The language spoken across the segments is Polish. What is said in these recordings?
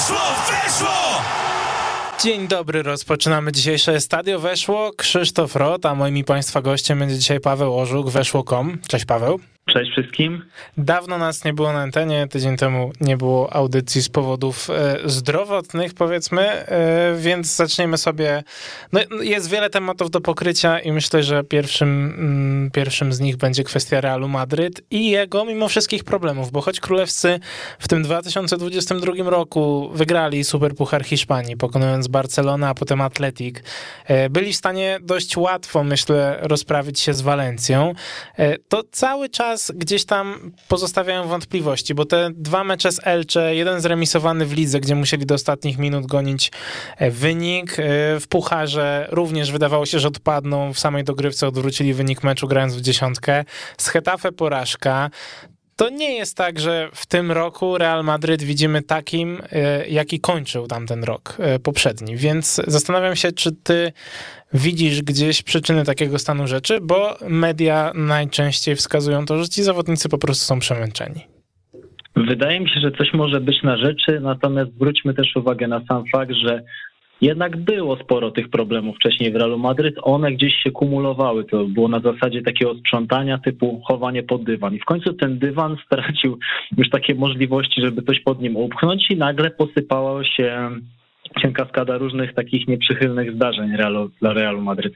Weszło! Dzień dobry, rozpoczynamy dzisiejsze Stadio Weszło. Krzysztof Rot, a moim i Państwa gościem będzie dzisiaj Paweł Orzuk, weszło.com. Cześć Paweł. Cześć wszystkim. Dawno nas nie było na antenie, tydzień temu nie było audycji z powodów zdrowotnych, powiedzmy, więc zaczniemy sobie. No, jest wiele tematów do pokrycia i myślę, że pierwszym z nich będzie kwestia Realu Madryt i jego mimo wszystkich problemów, bo choć królewscy w tym 2022 roku wygrali Superpuchar Hiszpanii, pokonując Barcelonę, a potem Atletik, byli w stanie dość łatwo, myślę, rozprawić się z Walencją, to cały czas gdzieś tam pozostawiają wątpliwości, bo te dwa mecze z Elche, jeden zremisowany w lidze, gdzie musieli do ostatnich minut gonić wynik, w pucharze również wydawało się, że odpadną, w samej dogrywce odwrócili wynik meczu grając w dziesiątkę, z Getafe porażka. To nie jest tak, że w tym roku Real Madryt widzimy takim, jaki kończył tamten rok poprzedni, więc zastanawiam się, czy ty widzisz gdzieś przyczyny takiego stanu rzeczy, bo media najczęściej wskazują to, że ci zawodnicy po prostu są przemęczeni. Wydaje mi się, że coś może być na rzeczy, natomiast zwróćmy też uwagę na sam fakt, że jednak było sporo tych problemów wcześniej w Realu Madryt, one gdzieś się kumulowały, to było na zasadzie takiego sprzątania typu chowanie pod dywan i w końcu ten dywan stracił już takie możliwości, żeby coś pod nim upchnąć i nagle posypała się kaskada różnych takich nieprzychylnych zdarzeń dla Realu Madryt.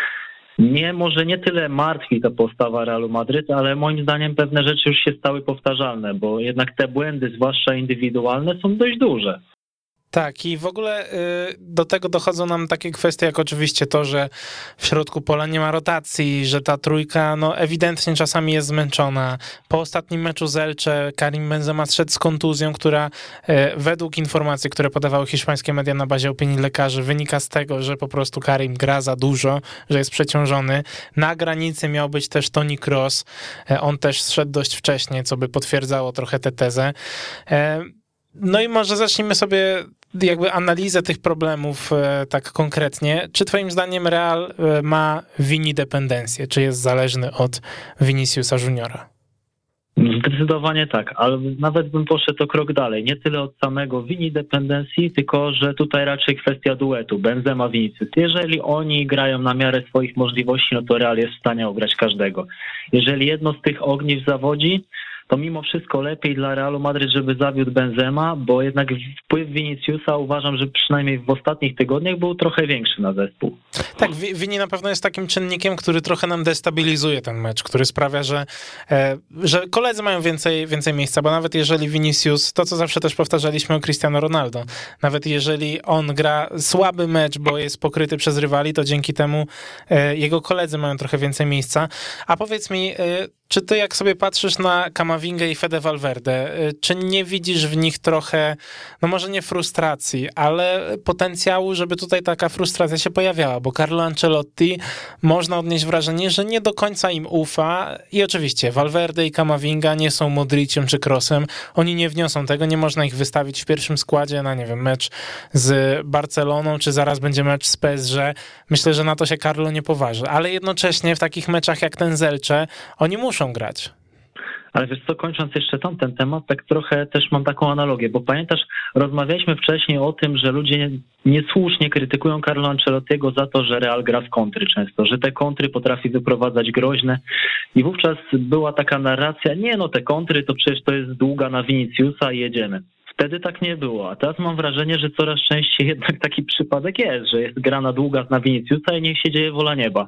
Może nie tyle martwi ta postawa Realu Madryt, ale moim zdaniem pewne rzeczy już się stały powtarzalne, bo jednak te błędy, zwłaszcza indywidualne, są dość duże. Tak, i w ogóle do tego dochodzą nam takie kwestie, jak oczywiście to, że w środku pola nie ma rotacji, że ta trójka ewidentnie czasami jest zmęczona. Po ostatnim meczu z Elche Karim Benzema zszedł z kontuzją, która według informacji, które podawały hiszpańskie media na bazie opinii lekarzy, wynika z tego, że po prostu Karim gra za dużo, że jest przeciążony. Na granicy miał być też Toni Kroos, on też zszedł dość wcześnie, co by potwierdzało trochę tę tezę. No i może zacznijmy sobie jakby analizę tych problemów tak konkretnie. Czy twoim zdaniem Real ma Vini dependencję? Czy jest zależny od Viniciusa Juniora? Zdecydowanie tak, ale nawet bym poszedł o krok dalej. Nie tyle od samego Vini dependencji, tylko że tutaj raczej kwestia duetu Benzema-Vinicius. Jeżeli oni grają na miarę swoich możliwości, no to Real jest w stanie ograć każdego. Jeżeli jedno z tych ogniw zawodzi, to mimo wszystko lepiej dla Realu Madryt, żeby zawiódł Benzema, bo jednak wpływ Viniciusa uważam, że przynajmniej w ostatnich tygodniach był trochę większy na zespół. Tak, Vini na pewno jest takim czynnikiem, który trochę nam destabilizuje ten mecz, który sprawia, że koledzy mają więcej miejsca, bo nawet jeżeli Vinicius, to co zawsze też powtarzaliśmy o Cristiano Ronaldo, nawet jeżeli on gra słaby mecz, bo jest pokryty przez rywali, to dzięki temu jego koledzy mają trochę więcej miejsca. A powiedz mi, czy ty jak sobie patrzysz na Kamavingę i Fede Valverde, czy nie widzisz w nich trochę, może nie frustracji, ale potencjału, żeby tutaj taka frustracja się pojawiała, bo Carlo Ancelotti można odnieść wrażenie, że nie do końca im ufa i oczywiście Valverde i Kamavinga nie są Modriciem czy Kroosem, oni nie wniosą tego, nie można ich wystawić w pierwszym składzie na, mecz z Barceloną, czy zaraz będzie mecz z PSG. Myślę, że na to się Carlo nie poważy, ale jednocześnie w takich meczach jak ten z Elche, oni muszą grać. Ale wiesz co, kończąc jeszcze ten temat, tak trochę też mam taką analogię, bo pamiętasz, rozmawialiśmy wcześniej o tym, że ludzie niesłusznie krytykują Carlo Ancelottiego za to, że Real gra w kontry często, że te kontry potrafi wyprowadzać groźne i wówczas była taka narracja, te kontry to przecież to jest długa na Viniciusa i jedziemy. Wtedy tak nie było, a teraz mam wrażenie, że coraz częściej jednak taki przypadek jest, że jest grana długa na Viniciusa i niech się dzieje wola nieba.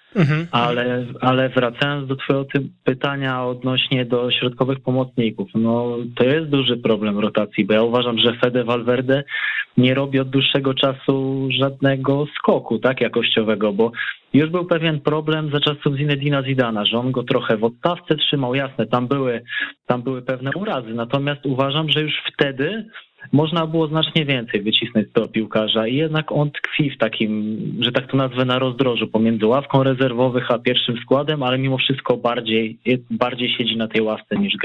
Ale wracając do twojego pytania odnośnie do środkowych pomocników, to jest duży problem rotacji, bo ja uważam, że Fede Valverde nie robi od dłuższego czasu żadnego skoku, tak, jakościowego, bo już był pewien problem za czasów Zinedina Zidana, że on go trochę w odstawce trzymał, jasne, tam były pewne urazy, natomiast uważam, że już wtedy można było znacznie więcej wycisnąć z tego piłkarza i jednak on tkwi w takim, że tak to nazwę, na rozdrożu pomiędzy ławką rezerwowych a pierwszym składem, ale mimo wszystko bardziej siedzi na tej ławce niż gra.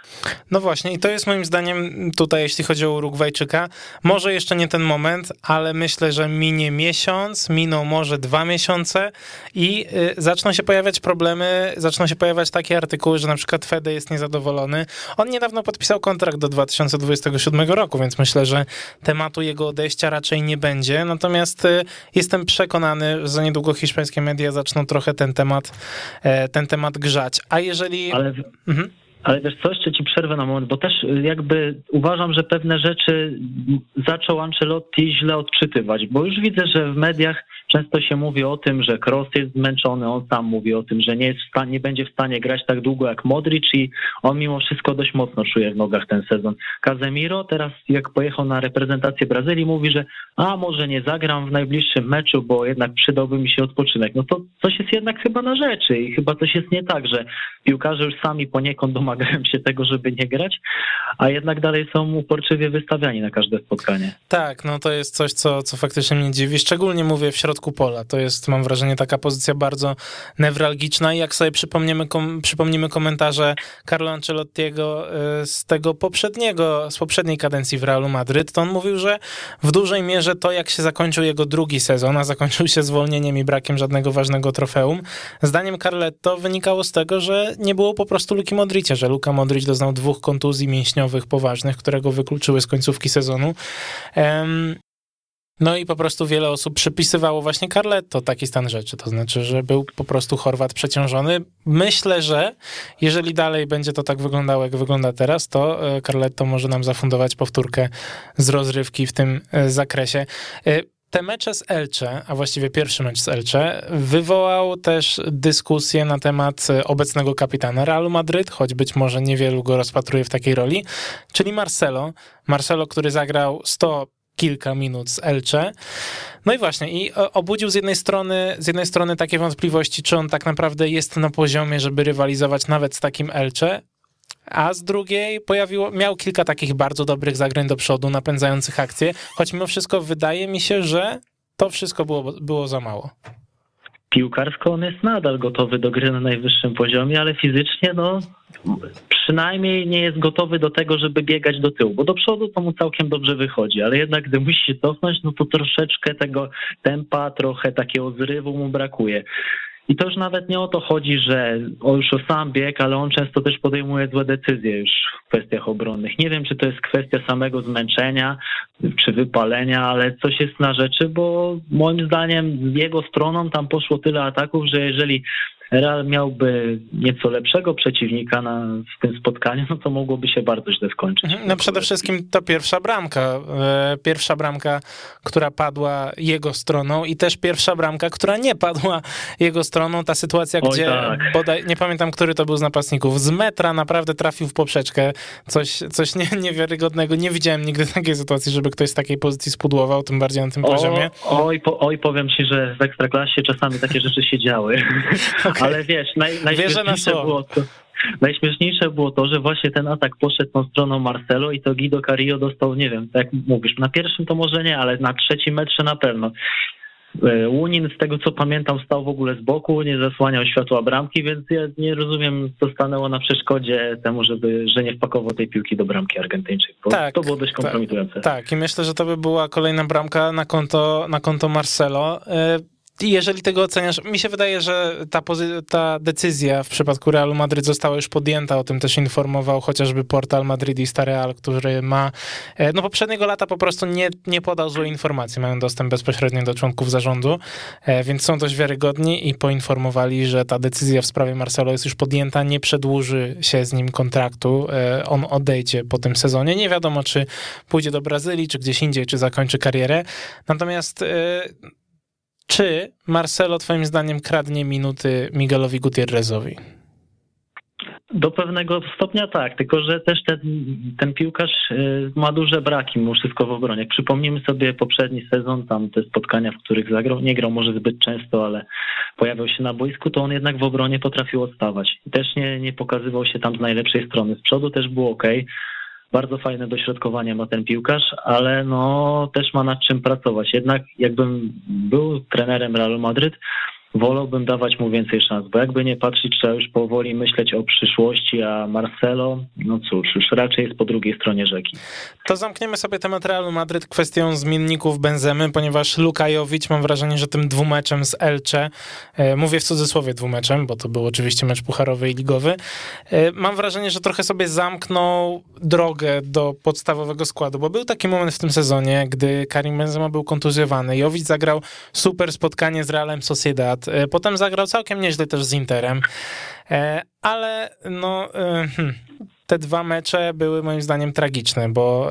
No właśnie i to jest moim zdaniem tutaj, jeśli chodzi o Urugwajczyka, może jeszcze nie ten moment, ale myślę, że minie miesiąc, miną może 2 miesiące i zaczną się pojawiać problemy, zaczną się pojawiać takie artykuły, że na przykład Fede jest niezadowolony. On niedawno podpisał kontrakt do 2027 roku, więc myślę, że tematu jego odejścia raczej nie będzie. Natomiast jestem przekonany, że za niedługo hiszpańskie media zaczną trochę ten temat grzać. A jeżeli... Ale wiesz co, jeszcze ci przerwę na moment, bo też jakby uważam, że pewne rzeczy zaczął Ancelotti źle odczytywać, bo już widzę, że w mediach często się mówi o tym, że Kroos jest zmęczony, on sam mówi o tym, że nie będzie w stanie grać tak długo jak Modric i on mimo wszystko dość mocno czuje w nogach ten sezon. Casemiro teraz jak pojechał na reprezentację Brazylii mówi, że może nie zagram w najbliższym meczu, bo jednak przydałby mi się odpoczynek. No to coś jest jednak chyba na rzeczy i chyba coś jest nie tak, że piłkarze już sami poniekąd domagają się tego, żeby nie grać, a jednak dalej są uporczywie wystawiani na każde spotkanie. Tak, no to jest coś, co faktycznie mnie dziwi. Szczególnie mówię w środku pola. To jest, mam wrażenie, taka pozycja bardzo newralgiczna i jak sobie przypomnimy komentarze Carlo Ancelottiego z poprzedniej kadencji w Realu Madryt, to on mówił, że w dużej mierze to, jak się zakończył jego drugi sezon, a zakończył się zwolnieniem i brakiem żadnego ważnego trofeum, zdaniem Carletto wynikało z tego, że nie było po prostu Luki Modricia, że Luka Modric doznał 2 kontuzji mięśniowych poważnych, które go wykluczyły z końcówki sezonu. No i po prostu wiele osób przypisywało właśnie Carletto taki stan rzeczy, to znaczy, że był po prostu Chorwat przeciążony. Myślę, że jeżeli dalej będzie to tak wyglądało, jak wygląda teraz, to Carletto może nam zafundować powtórkę z rozrywki w tym zakresie. Te mecze z Elche, a właściwie pierwszy mecz z Elche, wywołał też dyskusję na temat obecnego kapitana Realu Madryt, choć być może niewielu go rozpatruje w takiej roli, czyli Marcelo, który zagrał 100 kilka minut z Elche. No i właśnie, i obudził z jednej strony takie wątpliwości, czy on tak naprawdę jest na poziomie, żeby rywalizować nawet z takim Elche, a z drugiej miał kilka takich bardzo dobrych zagrań do przodu, napędzających akcję, choć mimo wszystko wydaje mi się, że to wszystko było za mało. Piłkarsko on jest nadal gotowy do gry na najwyższym poziomie, ale fizycznie przynajmniej nie jest gotowy do tego, żeby biegać do tyłu, bo do przodu to mu całkiem dobrze wychodzi, ale jednak gdy musi się cofnąć, no to troszeczkę tego tempa, trochę takiego zrywu mu brakuje. I to już nawet nie o to chodzi, że już o sam bieg, ale on często też podejmuje złe decyzje już w kwestiach obronnych. Nie wiem, czy to jest kwestia samego zmęczenia, czy wypalenia, ale coś jest na rzeczy, bo moim zdaniem z jego stroną tam poszło tyle ataków, że jeżeli Real miałby nieco lepszego przeciwnika w tym spotkaniu, no to mogłoby się bardzo źle skończyć. No przede wszystkim to pierwsza bramka, która padła jego stroną i też pierwsza bramka, która nie padła jego stroną. Ta sytuacja, gdzie bodaj, nie pamiętam, który to był z napastników, z metra naprawdę trafił w poprzeczkę. Coś niewiarygodnego. Nie widziałem nigdy takiej sytuacji, żeby ktoś z takiej pozycji spudłował, tym bardziej na tym poziomie. Powiem ci, że w Ekstraklasie czasami takie rzeczy się działy. Okay. Ale wiesz, najśmieszniejsze było to, że właśnie ten atak poszedł tą stroną Marcelo i to Guido Carrillo dostał, nie wiem, tak jak mówisz, na pierwszym to może nie, ale na trzecim metrze na pewno. Łunin, z tego co pamiętam, stał w ogóle z boku, nie zasłaniał światła bramki, więc ja nie rozumiem, co stanęło na przeszkodzie temu, że nie wpakował tej piłki do bramki Argentyńczyk. To było dość kompromitujące. Tak, i myślę, że to by była kolejna bramka na konto Marcelo. I jeżeli tego oceniasz, mi się wydaje, że ta decyzja w przypadku Realu Madryt została już podjęta, o tym też informował chociażby portal Madridista Real, który ma, poprzedniego lata po prostu nie podał złej informacji, mają dostęp bezpośrednio do członków zarządu, więc są dość wiarygodni i poinformowali, że ta decyzja w sprawie Marcelo jest już podjęta, nie przedłuży się z nim kontraktu, on odejdzie po tym sezonie, nie wiadomo, czy pójdzie do Brazylii, czy gdzieś indziej, czy zakończy karierę, natomiast czy Marcelo twoim zdaniem kradnie minuty Miguelowi Gutierrezowi? Do pewnego stopnia tak, tylko że też ten piłkarz ma duże braki mimo wszystko w obronie. Jak przypomnijmy sobie poprzedni sezon, tam te spotkania, w których zagrał, nie grał może zbyt często, ale pojawiał się na boisku, to on jednak w obronie potrafił odstawać. I też nie pokazywał się tam z najlepszej strony. Z przodu też było okej. Bardzo fajne dośrodkowanie ma ten piłkarz, ale też ma nad czym pracować. Jednak jakbym był trenerem Realu Madryt, wolałbym dawać mu więcej szans, bo jakby nie patrzeć, trzeba już powoli myśleć o przyszłości, a Marcelo, no cóż, już raczej jest po drugiej stronie rzeki. To zamkniemy sobie temat Realu Madryt kwestią zmienników Benzemy, ponieważ Luka Jovic, mam wrażenie, że tym dwumeczem z Elche, mówię w cudzysłowie dwumeczem, bo to był oczywiście mecz pucharowy i ligowy, mam wrażenie, że trochę sobie zamknął drogę do podstawowego składu, bo był taki moment w tym sezonie, gdy Karim Benzema był kontuzjowany. Jovic zagrał super spotkanie z Realem Sociedad, potem zagrał całkiem nieźle też z Interem, ale no... Te dwa mecze były moim zdaniem tragiczne, bo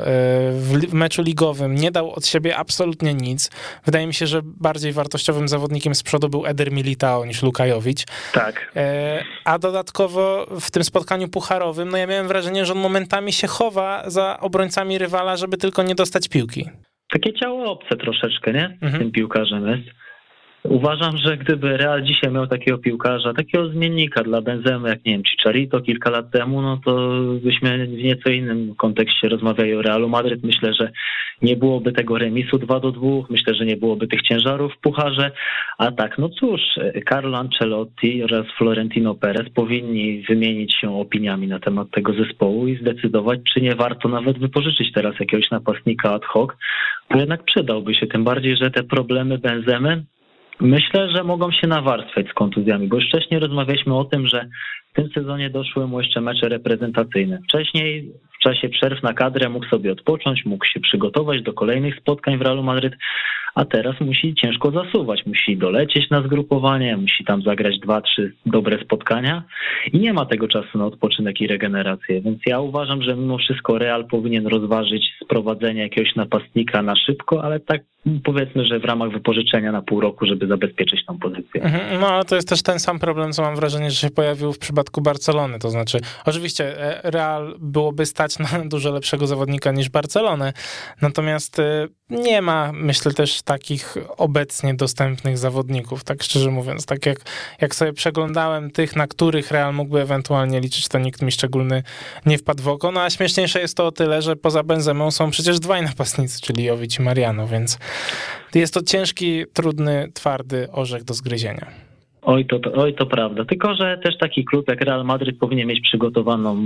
w meczu ligowym nie dał od siebie absolutnie nic. Wydaje mi się, że bardziej wartościowym zawodnikiem z przodu był Eder Militao niż Luka Jovic. Tak. A dodatkowo w tym spotkaniu pucharowym, no ja miałem wrażenie, że on momentami się chowa za obrońcami rywala, żeby tylko nie dostać piłki. Takie ciało obce troszeczkę, nie? Z tym piłkarzem jest. Uważam, że gdyby Real dzisiaj miał takiego piłkarza, takiego zmiennika dla Benzemy, jak nie wiem, Chicharito kilka lat temu, no to byśmy w nieco innym kontekście rozmawiali o Realu Madryt. Myślę, że nie byłoby tego remisu 2-2, myślę, że nie byłoby tych ciężarów w pucharze, a tak, no cóż, Carlo Ancelotti oraz Florentino Perez powinni wymienić się opiniami na temat tego zespołu i zdecydować, czy nie warto nawet wypożyczyć teraz jakiegoś napastnika ad hoc, bo jednak przydałby się, tym bardziej, że te problemy Benzemy myślę, że mogą się nawarstwiać z kontuzjami, bo już wcześniej rozmawialiśmy o tym, że w tym sezonie doszły mu jeszcze mecze reprezentacyjne. Wcześniej w czasie przerw na kadrę mógł sobie odpocząć, mógł się przygotować do kolejnych spotkań w Realu Madryt, a teraz musi ciężko zasuwać, musi dolecieć na zgrupowanie, musi tam zagrać 2-3 dobre spotkania i nie ma tego czasu na odpoczynek i regenerację, więc ja uważam, że mimo wszystko Real powinien rozważyć sprowadzenie jakiegoś napastnika na szybko, ale tak powiedzmy, że w ramach wypożyczenia na pół roku, żeby zabezpieczyć tą pozycję. No ale to jest też ten sam problem, co mam wrażenie, że się pojawił w przypadku Barcelony, to znaczy oczywiście Real byłoby stać na dużo lepszego zawodnika niż Barcelonę, natomiast nie ma, myślę, też takich obecnie dostępnych zawodników, tak szczerze mówiąc, tak jak sobie przeglądałem tych, na których Real mógłby ewentualnie liczyć, to nikt mi szczególny nie wpadł w oko, no a śmieszniejsze jest to o tyle, że poza Benzemą są przecież dwaj napastnicy, czyli Jovic i Mariano, więc jest to ciężki, trudny, twardy orzech do zgryzienia. Oj, to prawda. Tylko że też taki klub jak Real Madryt powinien mieć przygotowaną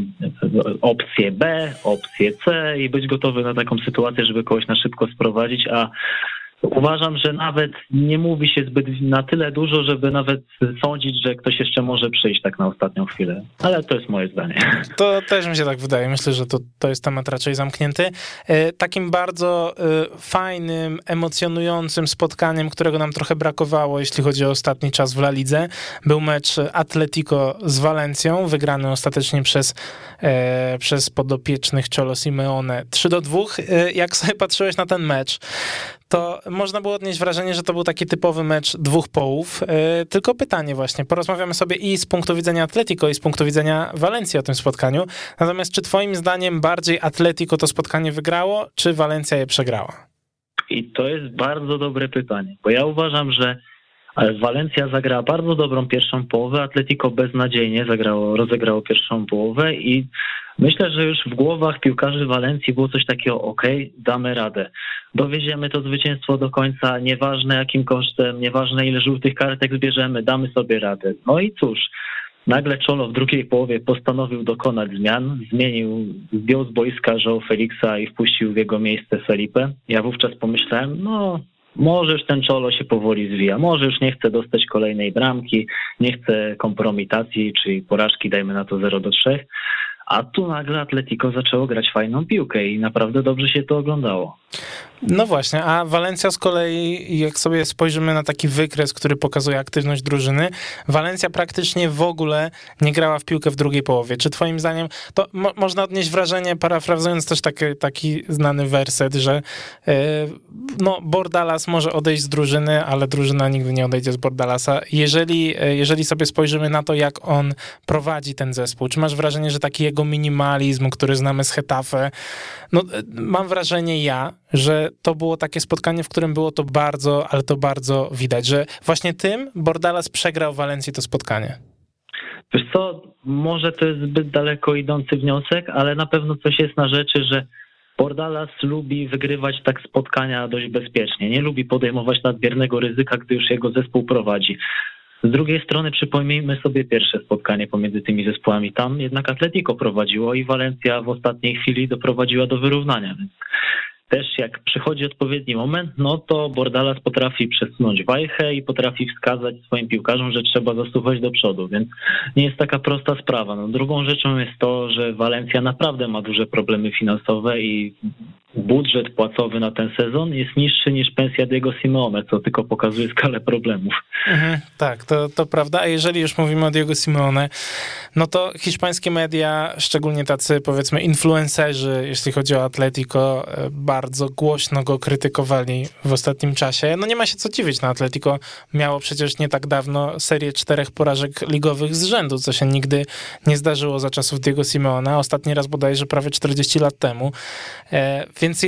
opcję B, opcję C i być gotowy na taką sytuację, żeby kogoś na szybko sprowadzić, a uważam, że nawet nie mówi się zbyt na tyle dużo, żeby nawet sądzić, że ktoś jeszcze może przyjść tak na ostatnią chwilę. Ale to jest moje zdanie. To też mi się tak wydaje. Myślę, że to jest temat raczej zamknięty. Takim bardzo fajnym, emocjonującym spotkaniem, którego nam trochę brakowało, jeśli chodzi o ostatni czas w La Lidze, był mecz Atletico z Walencją, wygrany ostatecznie przez podopiecznych Cholo Simeone 3-2. Jak sobie patrzyłeś na ten mecz, to można było odnieść wrażenie, że to był taki typowy mecz dwóch połów. Tylko pytanie właśnie, porozmawiamy sobie i z punktu widzenia Atletico, i z punktu widzenia Walencji o tym spotkaniu. Natomiast czy twoim zdaniem bardziej Atletico to spotkanie wygrało, czy Walencja je przegrała? I to jest bardzo dobre pytanie, bo ja uważam, że Walencja zagrała bardzo dobrą pierwszą połowę, Atletico beznadziejnie rozegrało pierwszą połowę i myślę, że już w głowach piłkarzy Walencji było coś takiego, okej, damy radę. Dowieziemy to zwycięstwo do końca, nieważne jakim kosztem, nieważne ile żółtych kartek zbierzemy, damy sobie radę. No i cóż, nagle Cholo w drugiej połowie postanowił dokonać zmian, zdjął z boiska João Felixa i wpuścił w jego miejsce Felipe. Ja wówczas pomyślałem, może już ten Cholo się powoli zwija, może już nie chce dostać kolejnej bramki, nie chce kompromitacji, czyli porażki, dajmy na to 0-3, a tu nagle Atletico zaczęło grać fajną piłkę i naprawdę dobrze się to oglądało. No właśnie, a Walencja z kolei, jak sobie spojrzymy na taki wykres, który pokazuje aktywność drużyny, Walencja praktycznie w ogóle nie grała w piłkę w drugiej połowie. Czy twoim zdaniem, to można odnieść wrażenie, parafrazując też taki znany werset, że Bordalas może odejść z drużyny, ale drużyna nigdy nie odejdzie z Bordalasa. Jeżeli sobie spojrzymy na to, jak on prowadzi ten zespół, czy masz wrażenie, że taki jego minimalizm, który znamy z Getafe, mam wrażenie że to było takie spotkanie, w którym było to bardzo, ale to bardzo widać, że właśnie tym Bordalas przegrał Walencji to spotkanie. Wiesz co, może to jest zbyt daleko idący wniosek, ale na pewno coś jest na rzeczy, że Bordalas lubi wygrywać tak spotkania dość bezpiecznie. Nie lubi podejmować nadmiernego ryzyka, gdy już jego zespół prowadzi. Z drugiej strony przypomnijmy sobie pierwsze spotkanie pomiędzy tymi zespołami. Tam jednak Atletico prowadziło i Valencia w ostatniej chwili doprowadziła do wyrównania. Więc też jak przychodzi odpowiedni moment, no to Bordalas potrafi przesunąć wajchę i potrafi wskazać swoim piłkarzom, że trzeba zasuwać do przodu, więc nie jest taka prosta sprawa. No, drugą rzeczą jest to, że Valencia naprawdę ma duże problemy finansowe i budżet płacowy na ten sezon jest niższy niż pensja Diego Simeone, co tylko pokazuje skalę problemów. Tak, to prawda. A jeżeli już mówimy o Diego Simeone, no to hiszpańskie media, szczególnie tacy powiedzmy influencerzy, jeśli chodzi o Atletico, bardzo głośno go krytykowali w ostatnim czasie. No nie ma się co dziwić, no Atletico miało przecież nie tak dawno serię 4 porażek ligowych z rzędu, co się nigdy nie zdarzyło za czasów Diego Simeona. Ostatni raz bodajże prawie 40 lat temu. Więc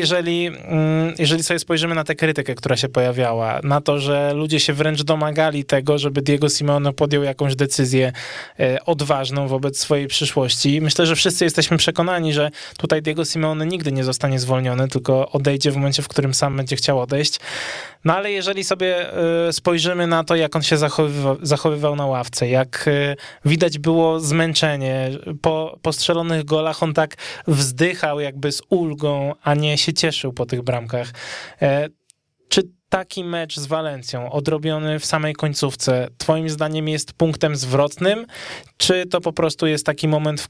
jeżeli sobie spojrzymy na tę krytykę, która się pojawiała, na to, że ludzie się wręcz domagali tego, żeby Diego Simeone podjął jakąś decyzję odważną wobec swojej przyszłości, myślę, że wszyscy jesteśmy przekonani, że tutaj Diego Simeone nigdy nie zostanie zwolniony, tylko odejdzie w momencie, w którym sam będzie chciał odejść. No ale jeżeli sobie spojrzymy na to, jak on się zachowywał na ławce, jak widać było zmęczenie, po strzelonych golach on tak wzdychał jakby z ulgą, a nie się cieszył po tych bramkach. Czy taki mecz z Valencją, odrobiony w samej końcówce, twoim zdaniem jest punktem zwrotnym, czy to po prostu jest taki moment, w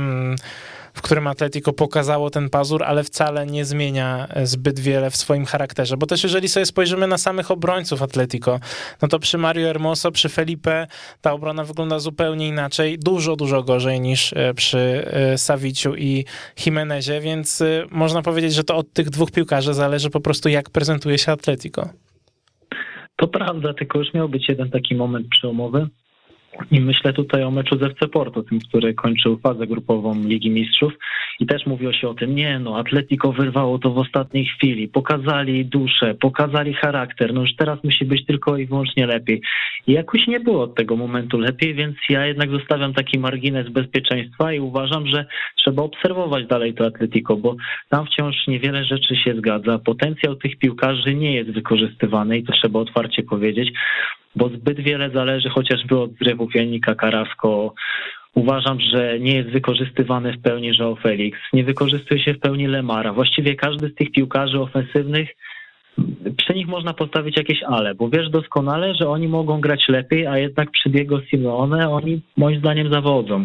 którym Atletico pokazało ten pazur, ale wcale nie zmienia zbyt wiele w swoim charakterze? Bo też jeżeli sobie spojrzymy na samych obrońców Atletico, no to przy Mario Hermoso, przy Felipe ta obrona wygląda zupełnie inaczej, dużo gorzej niż przy Saviciu i Jimenezie, więc można powiedzieć, że to od tych dwóch piłkarzy zależy po prostu, jak prezentuje się Atletico. To prawda, tylko już miał być jeden taki moment przełomowy. I myślę tutaj o meczu z FC Porto, tym, który kończył fazę grupową Ligi Mistrzów i też mówiło się o tym, Atletico wyrwało to w ostatniej chwili, pokazali duszę, pokazali charakter, no już teraz musi być tylko i wyłącznie lepiej. I jakoś nie było od tego momentu lepiej, więc ja jednak zostawiam taki margines bezpieczeństwa i uważam, że trzeba obserwować dalej to Atletico, bo tam wciąż niewiele rzeczy się zgadza. Potencjał tych piłkarzy nie jest wykorzystywany i to trzeba otwarcie powiedzieć, bo zbyt wiele zależy chociażby od zrywów Janika Carrasco. Uważam, że nie jest wykorzystywany w pełni João Felix, nie wykorzystuje się w pełni Lemara. Właściwie każdy z tych piłkarzy ofensywnych, przy nich można postawić jakieś ale, bo wiesz doskonale, że oni mogą grać lepiej, a jednak przy Diego Simeone oni moim zdaniem zawodzą.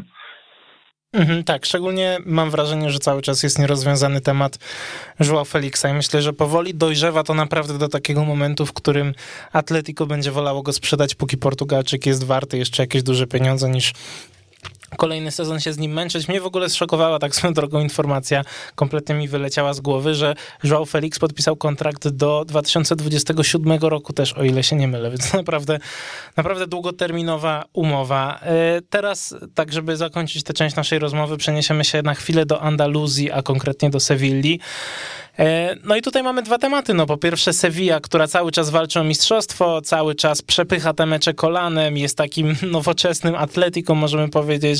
Tak, szczególnie mam wrażenie, że cały czas jest nierozwiązany temat João Felixa i myślę, że powoli dojrzewa to naprawdę do takiego momentu, w którym Atletico będzie wolało go sprzedać, póki Portugalczyk jest warty jeszcze jakieś duże pieniądze, niż kolejny sezon się z nim męczyć. Mnie w ogóle zszokowała tak swoją drogą informacja, kompletnie mi wyleciała z głowy, że João Felix podpisał kontrakt do 2027 roku też, o ile się nie mylę, więc naprawdę długoterminowa umowa. Teraz, tak żeby zakończyć tę część naszej rozmowy, przeniesiemy się na chwilę do Andaluzji, a konkretnie do Sewilli. No i tutaj mamy dwa tematy. No po pierwsze Sevilla, która cały czas walczy o mistrzostwo, cały czas przepycha te mecze kolanem, jest takim nowoczesnym Atletico, możemy powiedzieć.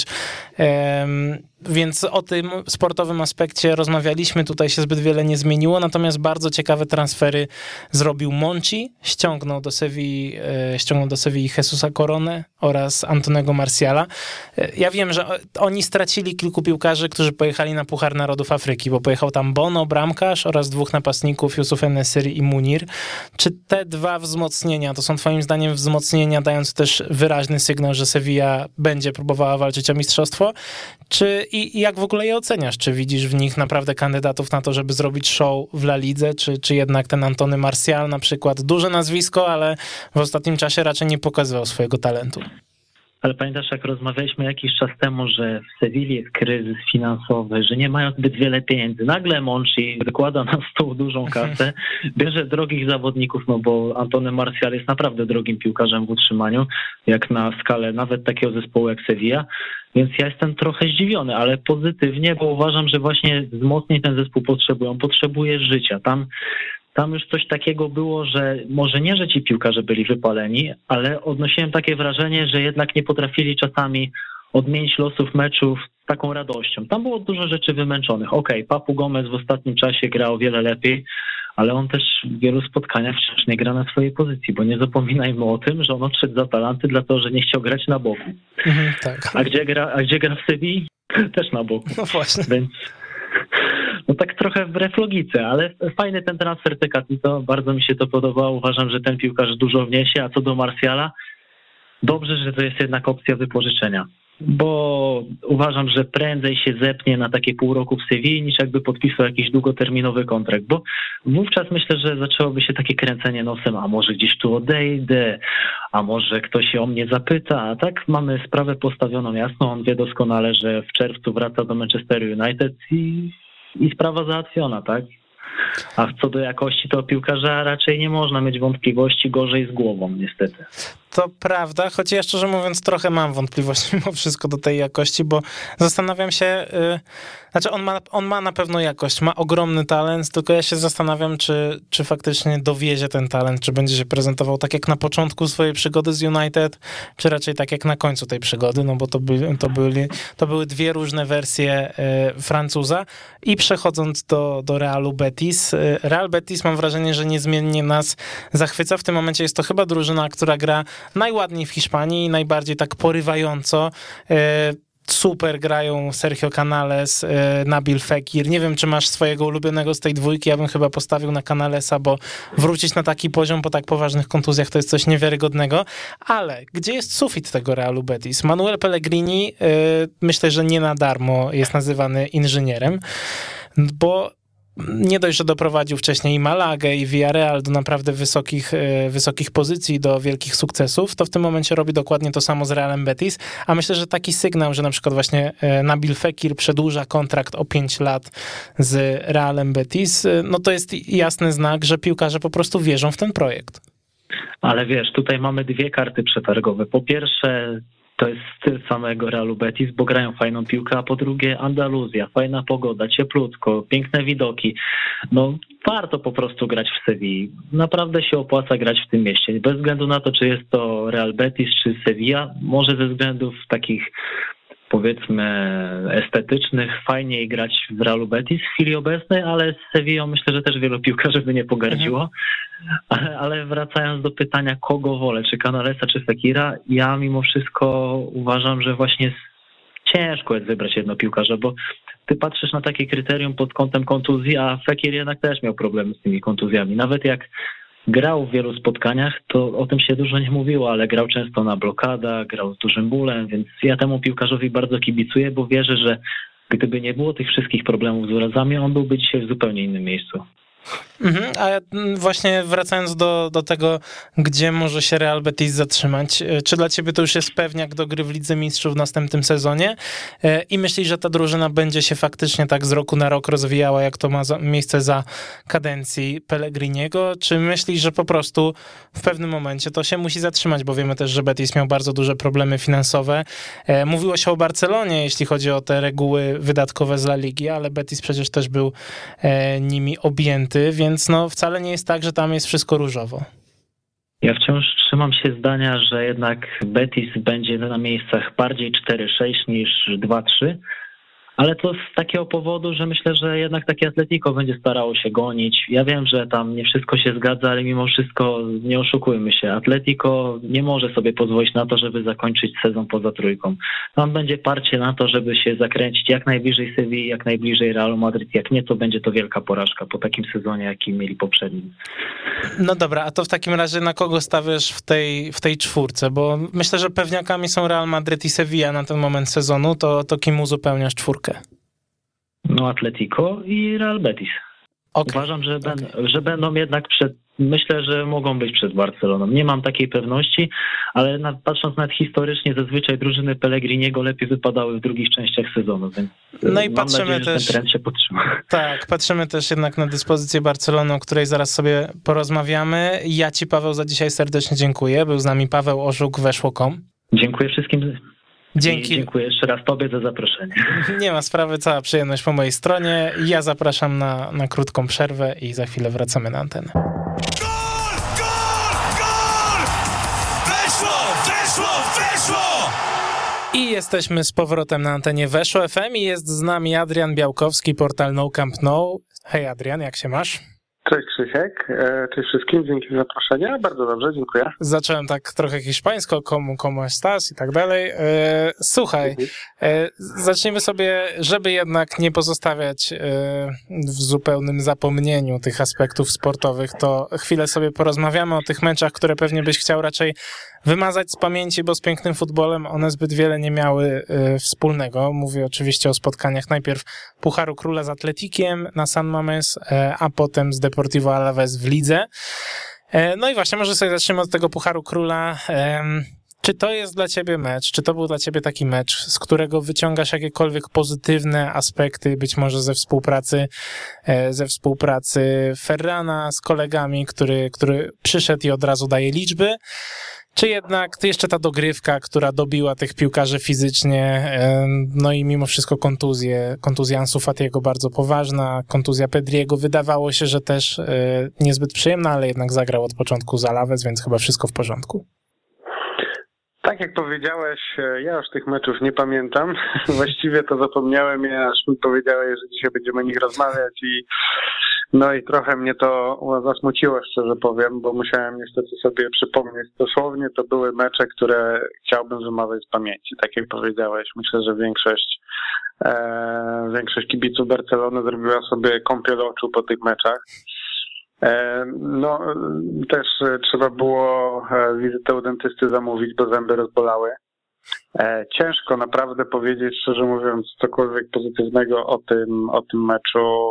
Więc o tym sportowym aspekcie rozmawialiśmy, tutaj się zbyt wiele nie zmieniło, natomiast bardzo ciekawe transfery zrobił Monchi, ściągnął do Sewilli Jesusa Coronę oraz Antonego Marciala. Ja wiem, że oni stracili kilku piłkarzy, którzy pojechali na Puchar Narodów Afryki, bo pojechał tam Bono, bramkarz oraz dwóch napastników, Yusuf En-Nesyri i Munir. Czy te dwa wzmocnienia to są twoim zdaniem wzmocnienia dające też wyraźny sygnał, że Sevilla będzie próbowała walczyć o mistrzostwo? I jak w ogóle je oceniasz? Czy widzisz w nich naprawdę kandydatów na to, żeby zrobić show w La Lidze, czy jednak ten Antony Martial na przykład? Duże nazwisko, ale w ostatnim czasie raczej nie pokazywał swojego talentu. Ale pamiętasz, jak rozmawialiśmy jakiś czas temu, że w Sewilli jest kryzys finansowy, że nie mają zbyt wiele pieniędzy. Nagle Monchi wykłada na stół dużą kasę, bierze drogich zawodników, no bo Antony Martial jest naprawdę drogim piłkarzem w utrzymaniu, jak na skalę nawet takiego zespołu jak Sevilla. Więc ja jestem trochę zdziwiony, ale pozytywnie, bo uważam, że właśnie wzmocnień ten zespół potrzebuje życia. Tam już coś takiego było, że może nie, że ci piłkarze byli wypaleni, ale odnosiłem takie wrażenie, że jednak nie potrafili czasami odmienić losów meczów z taką radością. Tam było dużo rzeczy wymęczonych. Papu Gomez w ostatnim czasie grał o wiele lepiej, ale on też w wielu spotkaniach wciąż nie gra na swojej pozycji, bo nie zapominajmy o tym, że on odszedł za Atalanty dlatego, że nie chciał grać na boku. Tak. A gdzie gra w Sewilli? Też na boku. No właśnie. Więc no tak trochę wbrew logice, ale fajny ten transfer Tecatito, bardzo mi się to podobało. Uważam, że ten piłkarz dużo wniesie, a co do Martiala, dobrze, że to jest jednak opcja wypożyczenia, bo uważam, że prędzej się zepnie na takie pół roku w Sewilli, niż jakby podpisał jakiś długoterminowy kontrakt, bo wówczas myślę, że zaczęłoby się takie kręcenie nosem, a może gdzieś tu odejdę, a może ktoś się o mnie zapyta, a tak mamy sprawę postawioną jasno, on wie doskonale, że w czerwcu wraca do Manchester United i sprawa załatwiona, tak? A co do jakości, to piłkarza raczej nie można mieć wątpliwości, gorzej z głową niestety. To prawda, choć ja szczerze mówiąc trochę mam wątpliwości mimo wszystko do tej jakości, bo zastanawiam się, znaczy on ma na pewno jakość, ma ogromny talent, tylko ja się zastanawiam, czy faktycznie dowiezie ten talent, czy będzie się prezentował tak jak na początku swojej przygody z United, czy raczej tak jak na końcu tej przygody, no bo to były dwie różne wersje Francuza. I przechodząc do Realu Betis, Real Betis mam wrażenie, że niezmiennie nas zachwyca. W tym momencie jest to chyba drużyna, która gra najładniej w Hiszpanii, najbardziej tak porywająco. Super grają Sergio Canales, Nabil Fekir. Nie wiem, czy masz swojego ulubionego z tej dwójki. Ja bym chyba postawił na Canalesa, bo wrócić na taki poziom po tak poważnych kontuzjach to jest coś niewiarygodnego. Ale gdzie jest sufit tego Realu Betis? Manuel Pellegrini, myślę, że nie na darmo jest nazywany inżynierem, bo nie dość, że doprowadził wcześniej i Malagę, i Villarreal do naprawdę wysokich pozycji, do wielkich sukcesów, to w tym momencie robi dokładnie to samo z Realem Betis, a myślę, że taki sygnał, że na przykład właśnie Nabil Fekir przedłuża kontrakt o 5 lat z Realem Betis, no to jest jasny znak, że piłkarze po prostu wierzą w ten projekt. Ale wiesz, tutaj mamy dwie karty przetargowe. Po pierwsze, to jest styl samego Realu Betis, bo grają fajną piłkę, a po drugie Andaluzja, fajna pogoda, cieplutko, piękne widoki. No warto po prostu grać w Sewilli. Naprawdę się opłaca grać w tym mieście. Bez względu na to, czy jest to Real Betis, czy Sevilla, może ze względów takich powiedzmy estetycznych fajniej grać w Realu Betis w chwili obecnej, ale z Sevillą myślę, że też wielu piłkarzy by nie pogardziło. Ale wracając do pytania, kogo wolę, czy Canalesa, czy Fekira, ja mimo wszystko uważam, że właśnie ciężko jest wybrać jedno piłkarza, bo ty patrzysz na takie kryterium pod kątem kontuzji, a Fekir jednak też miał problemy z tymi kontuzjami. Nawet jak grał w wielu spotkaniach, to o tym się dużo nie mówiło, ale grał często na blokadach, grał z dużym bólem, więc ja temu piłkarzowi bardzo kibicuję, bo wierzę, że gdyby nie było tych wszystkich problemów z urazami, on byłby dzisiaj w zupełnie innym miejscu. A właśnie wracając do tego, gdzie może się Real Betis zatrzymać, czy dla ciebie to już jest pewniak do gry w Lidze Mistrzów w następnym sezonie i myślisz, że ta drużyna będzie się faktycznie tak z roku na rok rozwijała, jak to ma miejsce za kadencji Pellegriniego, czy myślisz, że po prostu w pewnym momencie to się musi zatrzymać, bo wiemy też, że Betis miał bardzo duże problemy finansowe. Mówiło się o Barcelonie, jeśli chodzi o te reguły wydatkowe z La Ligi, ale Betis przecież też był nimi objęty, więc no wcale nie jest tak, że tam jest wszystko różowo. Ja wciąż trzymam się zdania, że jednak Betis będzie na miejscach bardziej 4-6 niż 2-3, ale to z takiego powodu, że myślę, że jednak takie Atletico będzie starało się gonić. Ja wiem, że tam nie wszystko się zgadza, ale mimo wszystko nie oszukujmy się. Atletico nie może sobie pozwolić na to, żeby zakończyć sezon poza trójką. Tam będzie parcie na to, żeby się zakręcić jak najbliżej Sewilli, jak najbliżej Realu Madryt. Jak nie, to będzie to wielka porażka po takim sezonie, jaki mieli poprzednim. No dobra, a to w takim razie na kogo stawiasz w tej czwórce? Bo myślę, że pewniakami są Real Madryt i Sevilla na ten moment sezonu. To kim uzupełniasz czwórkę? No Atletico i Real Betis. Okay. Uważam, że będą jednak myślę, że mogą być przed Barceloną. Nie mam takiej pewności, ale patrząc nawet historycznie, zazwyczaj drużyny Pellegriniego lepiej wypadały w drugich częściach sezonu, więc no i mam patrzymy nadzieję, też, że ten trend się podtrzyma. Tak, patrzymy też jednak na dyspozycję Barcelony, o której zaraz sobie porozmawiamy. Ja ci, Paweł, za dzisiaj serdecznie dziękuję. Był z nami Paweł Orzuk, Weszło.com. Dziękuję wszystkim. Dzięki. I dziękuję jeszcze raz tobie za zaproszenie. Nie ma sprawy, cała przyjemność po mojej stronie. Ja zapraszam na krótką przerwę i za chwilę wracamy na antenę. Gol! Weszło! I jesteśmy z powrotem na antenie Weszło FM i jest z nami Adrian Białkowski, portal No Camp No. Hej Adrian, jak się masz? Cześć Krzysiek, cześć wszystkim, dzięki za zaproszenie. Bardzo dobrze, dziękuję. Zacząłem tak trochę hiszpańsko, como estás i tak dalej. Słuchaj, zacznijmy sobie, żeby jednak nie pozostawiać w zupełnym zapomnieniu tych aspektów sportowych, to chwilę sobie porozmawiamy o tych meczach, które pewnie byś chciał raczej wymazać z pamięci, bo z pięknym futbolem one zbyt wiele nie miały wspólnego. Mówię oczywiście o spotkaniach najpierw Pucharu Króla z Atletikiem na San Mamés, a potem z Deportivo Alavés w lidze. No i właśnie, może sobie zaczniemy od tego Pucharu Króla. Czy to jest dla ciebie mecz, czy to był dla ciebie taki mecz, z którego wyciągasz jakiekolwiek pozytywne aspekty, być może ze współpracy Ferrana z kolegami, który przyszedł i od razu daje liczby? Czy jednak jeszcze ta dogrywka, która dobiła tych piłkarzy fizycznie, no i mimo wszystko kontuzja Ansu Fatiego bardzo poważna, kontuzja Pedriego, wydawało się, że też niezbyt przyjemna, ale jednak zagrał od początku za Alavés, więc chyba wszystko w porządku. Tak jak powiedziałeś, ja już tych meczów nie pamiętam. Właściwie to zapomniałem, aż mi powiedziałeś, że dzisiaj będziemy o nich rozmawiać i trochę mnie to zasmuciło, szczerze powiem, bo musiałem niestety sobie przypomnieć. Dosłownie to były mecze, które chciałbym wymazać z pamięci. Tak jak powiedziałeś, myślę, że większość kibiców Barcelony zrobiła sobie kąpiel oczu po tych meczach. No, też trzeba było wizytę u dentysty zamówić, bo zęby rozbolały. Ciężko naprawdę powiedzieć, szczerze mówiąc, cokolwiek pozytywnego o tym meczu.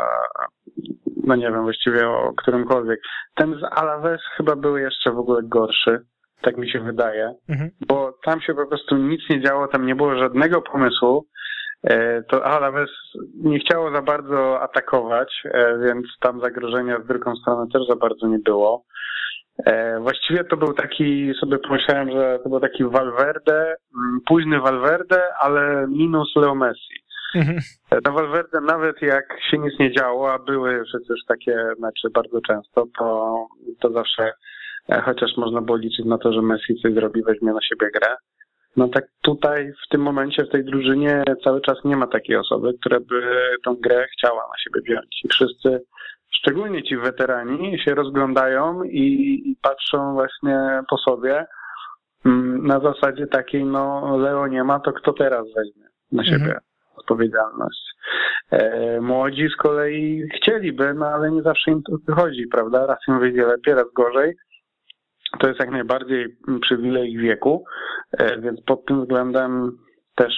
No nie wiem właściwie o którymkolwiek. Ten z Alavés chyba był jeszcze w ogóle gorszy, tak mi się wydaje, bo tam się po prostu nic nie działo, tam nie było żadnego pomysłu. To Alavés nie chciało za bardzo atakować, więc tam zagrożenia w drugą stronę też za bardzo nie było. Właściwie to był taki, sobie pomyślałem, że to był taki Valverde, późny Valverde, ale minus Leo Messi. Na Valverde nawet jak się nic nie działo, a były przecież takie mecze bardzo często, to zawsze, chociaż można było liczyć na to, że Messi coś zrobi, weźmie na siebie grę. No tak tutaj w tym momencie w tej drużynie cały czas nie ma takiej osoby, która by tą grę chciała na siebie wziąć. I wszyscy, szczególnie ci weterani, się rozglądają i patrzą właśnie po sobie na zasadzie takiej, no Leo nie ma, to kto teraz weźmie na siebie odpowiedzialność. Młodzi z kolei chcieliby, no ale nie zawsze im to wychodzi, prawda? Raz im wyjdzie lepiej, raz gorzej. To jest jak najbardziej przywilej ich wieku, więc pod tym względem też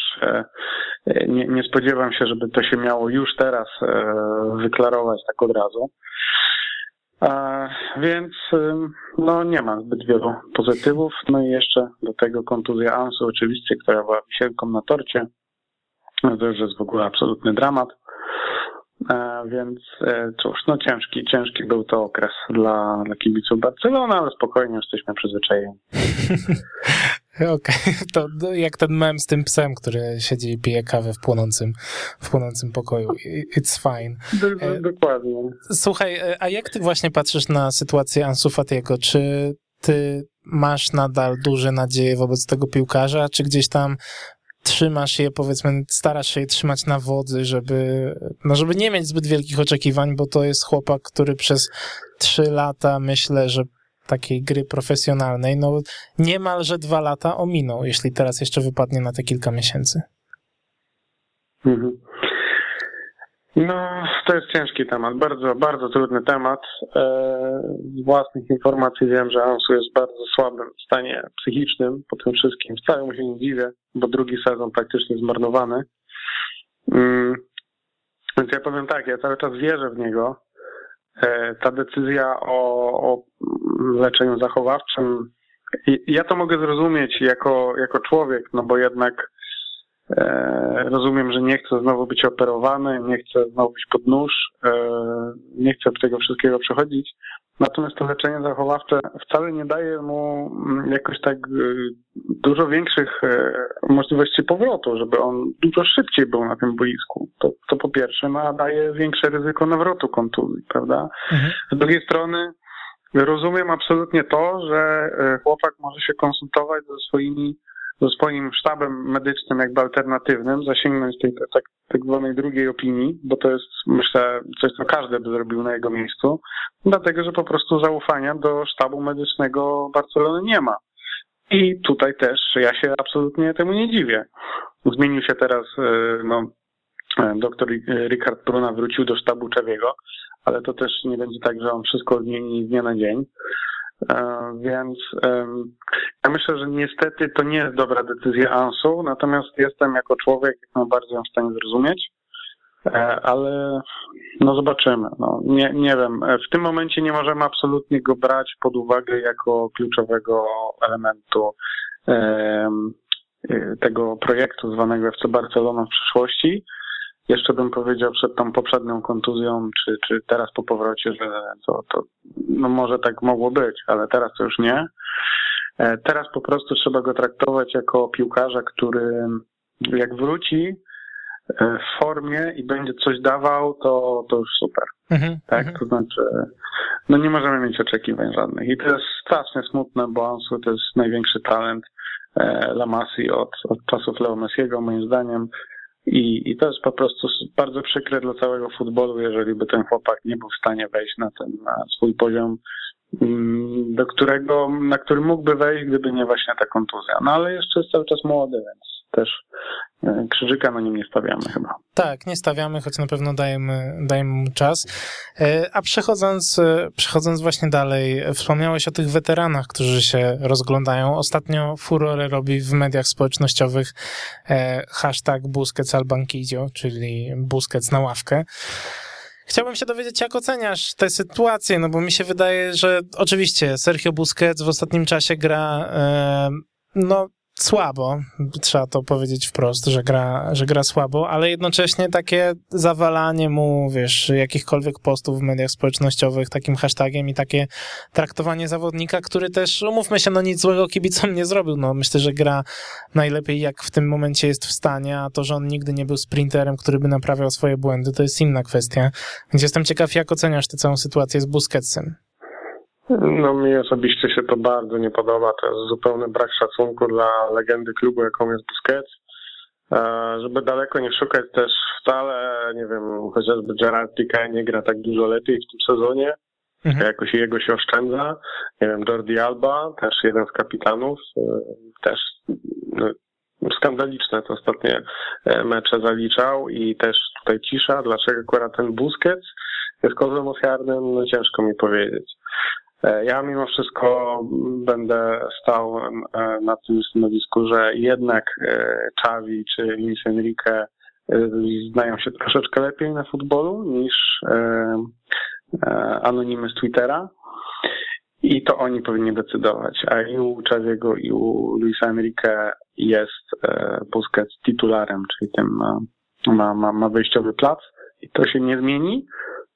nie spodziewam się, żeby to się miało już teraz wyklarować tak od razu. Więc no nie ma zbyt wielu pozytywów. No i jeszcze do tego kontuzja Ansu oczywiście, która była wisienką na torcie. To już jest w ogóle absolutny dramat. Więc cóż, no ciężki był to okres dla kibiców Barcelony, ale spokojnie jesteśmy przyzwyczajeni. Okej, to jak ten mem z tym psem, który siedzi i pije kawę w płonącym pokoju. It's fine. Dokładnie. Słuchaj, a jak ty właśnie patrzysz na sytuację Ansu Fatiego? Czy ty masz nadal duże nadzieje wobec tego piłkarza, czy gdzieś tam trzymasz je, powiedzmy, starasz się je trzymać na wodzy, żeby nie mieć zbyt wielkich oczekiwań, bo to jest chłopak, który przez 3 lata, myślę, że takiej gry profesjonalnej, no niemalże 2 lata ominął, jeśli teraz jeszcze wypadnie na te kilka miesięcy. No, to jest ciężki temat, bardzo, bardzo trudny temat. Z własnych informacji wiem, że Ansu jest w bardzo słabym stanie psychicznym po tym wszystkim. Wcale mu się nie dziwię, bo drugi sezon praktycznie zmarnowany. Więc ja powiem tak, ja cały czas wierzę w niego. Ta decyzja o leczeniu zachowawczym, ja to mogę zrozumieć jako człowiek, no bo jednak rozumiem, że nie chcę znowu być operowany, nie chcę znowu być pod nóż, nie chcę tego wszystkiego przechodzić. Natomiast to leczenie zachowawcze wcale nie daje mu jakoś tak dużo większych możliwości powrotu, żeby on dużo szybciej był na tym boisku. To po pierwsze, no, a daje większe ryzyko nawrotu kontuzji, prawda? Z drugiej strony rozumiem absolutnie to, że chłopak może się konsultować ze swoimi ze swoim sztabem medycznym jakby alternatywnym zasięgnąć tej tak zwanej drugiej opinii, bo to jest, myślę, coś, co każdy by zrobił na jego miejscu, dlatego, że po prostu zaufania do sztabu medycznego Barcelony nie ma. I tutaj też ja się absolutnie temu nie dziwię. Zmienił się teraz, doktor Ricard Bruna wrócił do sztabu Xaviego, ale to też nie będzie tak, że on wszystko zmieni z dnia na dzień. Więc ja myślę, że niestety to nie jest dobra decyzja Ansu, natomiast jestem jako człowiek jak najbardziej ją w stanie zrozumieć, ale no zobaczymy. No, nie wiem, w tym momencie nie możemy absolutnie go brać pod uwagę jako kluczowego elementu tego projektu zwanego FC Barcelona w przyszłości. Jeszcze bym powiedział przed tą poprzednią kontuzją, czy teraz po powrocie, że to no może tak mogło być, ale teraz to już nie. Teraz po prostu trzeba go traktować jako piłkarza, który jak wróci w formie i będzie coś dawał, to już super. Tak? To znaczy, no nie możemy mieć oczekiwań żadnych. I to jest strasznie smutne, bo Ansu to jest największy talent La Masii od czasów Leo Messiego, moim zdaniem. I to jest po prostu bardzo przykre dla całego futbolu, jeżeli by ten chłopak nie był w stanie wejść na swój poziom, na który mógłby wejść, gdyby nie właśnie ta kontuzja. No ale jeszcze jest cały czas młody, więc też krzyżyka na nim nie stawiamy chyba. Tak, nie stawiamy, choć na pewno dajemy mu czas. A przechodząc właśnie dalej, wspomniałeś o tych weteranach, którzy się rozglądają. Ostatnio furorę robi w mediach społecznościowych hashtag Busquets al banquillo, czyli Busquets na ławkę. Chciałbym się dowiedzieć, jak oceniasz tę sytuację, no bo mi się wydaje, że oczywiście Sergio Busquets w ostatnim czasie gra słabo, trzeba to powiedzieć wprost, że gra słabo, ale jednocześnie takie zawalanie mu, jakichkolwiek postów w mediach społecznościowych takim hashtagiem i takie traktowanie zawodnika, który też, umówmy się, nic złego kibicom nie zrobił. No, myślę, że gra najlepiej, jak w tym momencie jest w stanie, a to, że on nigdy nie był sprinterem, który by naprawiał swoje błędy, to jest inna kwestia. Więc jestem ciekaw, jak oceniasz tę całą sytuację z Busquetsem? No mi osobiście się to bardzo nie podoba. To jest zupełny brak szacunku dla legendy klubu, jaką jest Busquets. Żeby daleko nie szukać też wcale, nie wiem, chociażby Gerard Piqué nie gra tak dużo lepiej w tym sezonie. Jakoś jego się oszczędza. Nie wiem, Jordi Alba, też jeden z kapitanów, też skandaliczne te ostatnie mecze zaliczał i też tutaj cisza. Dlaczego akurat ten Busquets jest kozłem ofiarnym? No ciężko mi powiedzieć. Ja mimo wszystko będę stał na tym stanowisku, że jednak Xavi czy Luis Enrique znają się troszeczkę lepiej na futbolu niż anonimy z Twittera i to oni powinni decydować. A i u Xaviego i u Luisa Enrique jest Busquets titularem, czyli tym ma wyjściowy plac i to się nie zmieni.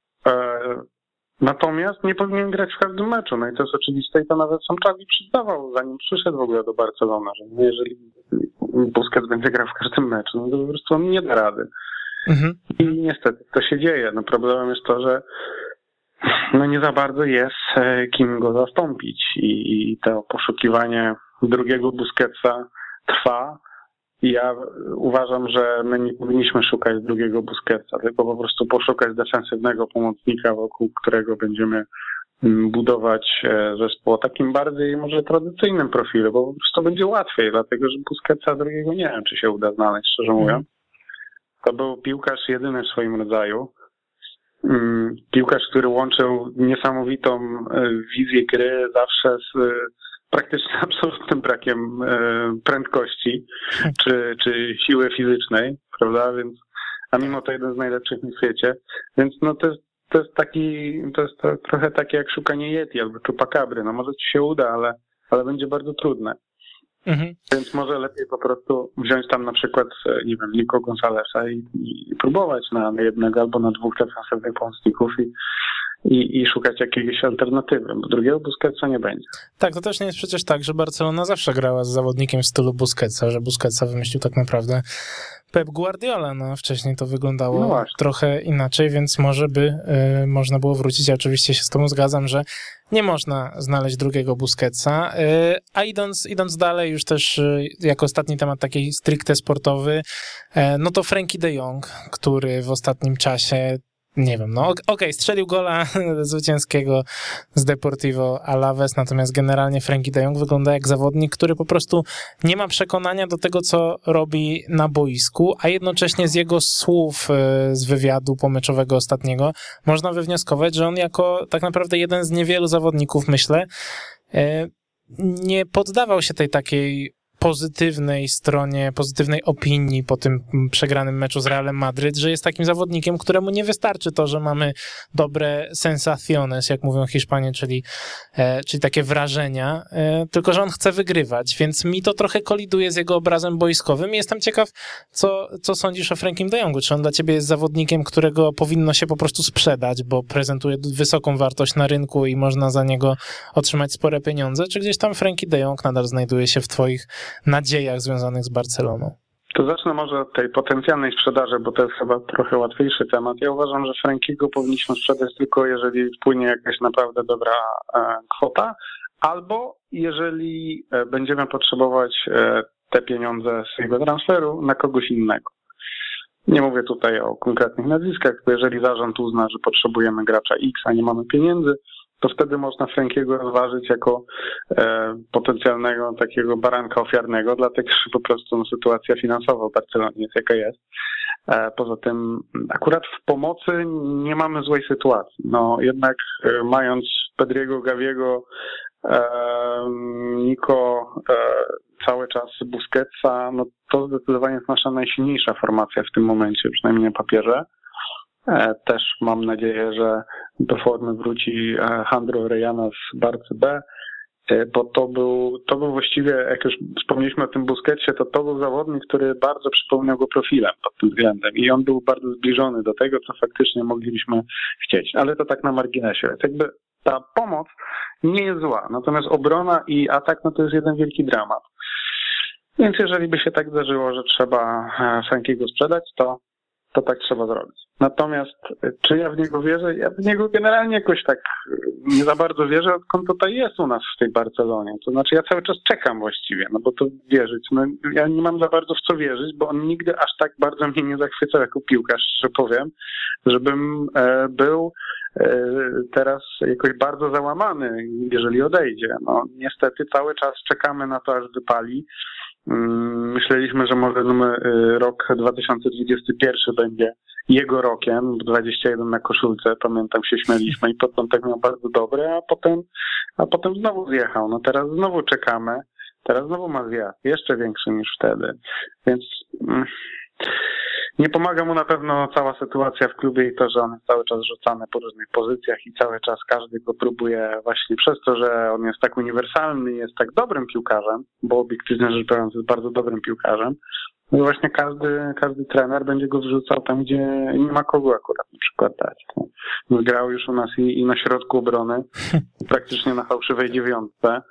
Natomiast nie powinien grać w każdym meczu. No i to jest oczywiste i to nawet sam Xavi przyznawał, zanim przyszedł w ogóle do Barcelony, że jeżeli Busquets będzie grał w każdym meczu, no to po prostu on nie da rady. I niestety to się dzieje. No problemem jest to, że no nie za bardzo jest kim go zastąpić i to poszukiwanie drugiego Busquetsa trwa. I ja uważam, że my nie powinniśmy szukać drugiego Busquetsa, tylko po prostu poszukać defensywnego pomocnika, wokół którego będziemy budować zespół o takim bardziej może tradycyjnym profilu, bo po prostu będzie łatwiej, dlatego że Busquetsa drugiego nie wiem, czy się uda znaleźć, szczerze mówiąc. To był piłkarz jedyny w swoim rodzaju. Piłkarz, który łączył niesamowitą wizję gry zawsze z praktycznie absolutnym brakiem prędkości czy siły fizycznej, prawda? Więc, a mimo to jeden z najlepszych na świecie. Więc no to jest trochę takie jak szukanie Yeti albo Chupacabry. No może ci się uda, ale będzie bardzo trudne. Więc może lepiej po prostu wziąć tam na przykład, nie wiem, Nico Gonzalesa i próbować na jednego albo na dwóch defensywnych pomocników i szukać jakiejś alternatywy, bo drugiego Busquetsa nie będzie. Tak, to też nie jest przecież tak, że Barcelona zawsze grała z zawodnikiem w stylu Busquetsa, że Busquetsa wymyślił tak naprawdę Pep Guardiola, no wcześniej to wyglądało trochę inaczej, więc może by można było wrócić. Ja oczywiście się z tobą zgadzam, że nie można znaleźć drugiego Busquetsa, a idąc dalej, już też jako ostatni temat taki stricte sportowy, no to Frenkie de Jong, który w ostatnim czasie, nie wiem, no okej, strzelił gola zwycięskiego z Deportivo Alaves, natomiast generalnie Frenkie de Jong wygląda jak zawodnik, który po prostu nie ma przekonania do tego, co robi na boisku, a jednocześnie z jego słów z wywiadu pomeczowego ostatniego można wywnioskować, że on jako tak naprawdę jeden z niewielu zawodników, myślę, nie poddawał się tej takiej pozytywnej stronie, pozytywnej opinii po tym przegranym meczu z Realem Madryt, że jest takim zawodnikiem, któremu nie wystarczy to, że mamy dobre sensaciones, jak mówią Hiszpanie, czyli takie wrażenia, tylko że on chce wygrywać, więc mi to trochę koliduje z jego obrazem boiskowym i jestem ciekaw, co sądzisz o Frenkiem de Jongu. Czy on dla ciebie jest zawodnikiem, którego powinno się po prostu sprzedać, bo prezentuje wysoką wartość na rynku i można za niego otrzymać spore pieniądze, czy gdzieś tam Frenkie de Jong nadal znajduje się w twoich nadziejach związanych z Barceloną? To zacznę może od tej potencjalnej sprzedaży, bo to jest chyba trochę łatwiejszy temat. Ja uważam, że Frenkiego powinniśmy sprzedać tylko jeżeli wpłynie jakaś naprawdę dobra kwota, albo jeżeli będziemy potrzebować te pieniądze z jego transferu na kogoś innego. Nie mówię tutaj o konkretnych nazwiskach, bo jeżeli zarząd uzna, że potrzebujemy gracza X, a nie mamy pieniędzy, to wtedy można Frenkiego rozważyć jako potencjalnego takiego baranka ofiarnego, dlatego że po prostu sytuacja finansowa w Barcelonie jest jaka jest. Poza tym akurat w pomocy nie mamy złej sytuacji. No jednak mając Pedriego, Gaviego, Nico, cały czas Busquetsa, no to zdecydowanie jest nasza najsilniejsza formacja w tym momencie, przynajmniej na papierze. Też mam nadzieję, że do formy wróci Jandro Orellana z Barcy B, bo to był właściwie, jak już wspomnieliśmy o tym Busquetsie, to był zawodnik, który bardzo przypomniał go profilem pod tym względem i on był bardzo zbliżony do tego, co faktycznie moglibyśmy chcieć, ale to tak na marginesie. Więc jakby ta pomoc nie jest zła, natomiast obrona i atak, no to jest jeden wielki dramat. Więc jeżeli by się tak zdarzyło, że trzeba Frenkiego sprzedać, to tak trzeba zrobić. Natomiast czy ja w niego wierzę? Ja w niego generalnie jakoś tak nie za bardzo wierzę, odkąd tutaj jest u nas w tej Barcelonie. To znaczy ja cały czas czekam właściwie, no bo to wierzyć. No, ja nie mam za bardzo w co wierzyć, bo on nigdy aż tak bardzo mnie nie zachwycał jako piłkarz, że powiem, żebym był teraz jakoś bardzo załamany, jeżeli odejdzie. No niestety cały czas czekamy na to, aż wypali. Myśleliśmy, że może rok 2021 będzie jego rokiem, 21 na koszulce, pamiętam, się śmialiśmy i początek miał bardzo dobry, a potem znowu zjechał. No teraz znowu czekamy, teraz znowu ma zjazd, jeszcze większy niż wtedy, więc nie pomaga mu na pewno cała sytuacja w klubie i to, że on jest cały czas rzucany po różnych pozycjach i cały czas każdy go próbuje właśnie przez to, że on jest tak uniwersalny i jest tak dobrym piłkarzem, bo obiektywnie rzecz biorąc jest bardzo dobrym piłkarzem, no i właśnie każdy trener będzie go wrzucał tam, gdzie nie ma kogo akurat na przykład dać. Grał już u nas i na środku obrony, praktycznie na fałszywej dziewiątce.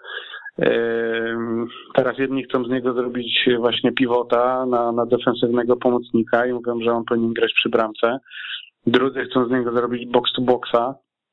Teraz jedni chcą z niego zrobić właśnie pivota na defensywnego pomocnika i mówią, że on powinien grać przy bramce. Drudzy chcą z niego zrobić box to boxa,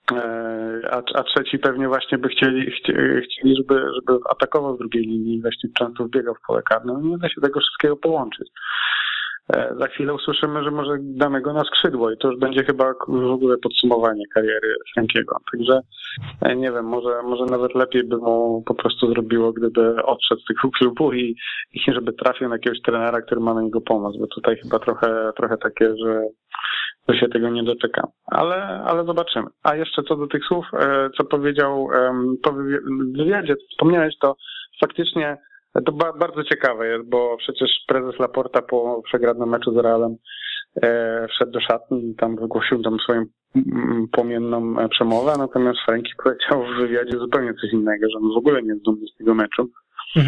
a trzeci pewnie właśnie by chcieli żeby atakował z drugiej linii, właśnie często wbiegał w pole karne. No nie da się tego wszystkiego połączyć. Za chwilę usłyszymy, że może damy go na skrzydło i to już będzie chyba w ogóle podsumowanie kariery Frenkiego. Także nie wiem, może nawet lepiej by mu po prostu zrobiło, gdyby odszedł z tego klubu i żeby trafił na jakiegoś trenera, który ma na niego pomóc, bo tutaj chyba trochę takie, że się tego nie doczekam. Ale zobaczymy. A jeszcze co do tych słów, co powiedział po wywiadzie, wspomniałeś, to faktycznie to bardzo ciekawe jest, bo przecież prezes Laporta po przegranym meczu z Realem wszedł do szatni i tam wygłosił tam swoją płomienną przemowę, natomiast Frenkie powiedział w wywiadzie zupełnie coś innego, że on w ogóle nie jest dumny z tego meczu. Mhm.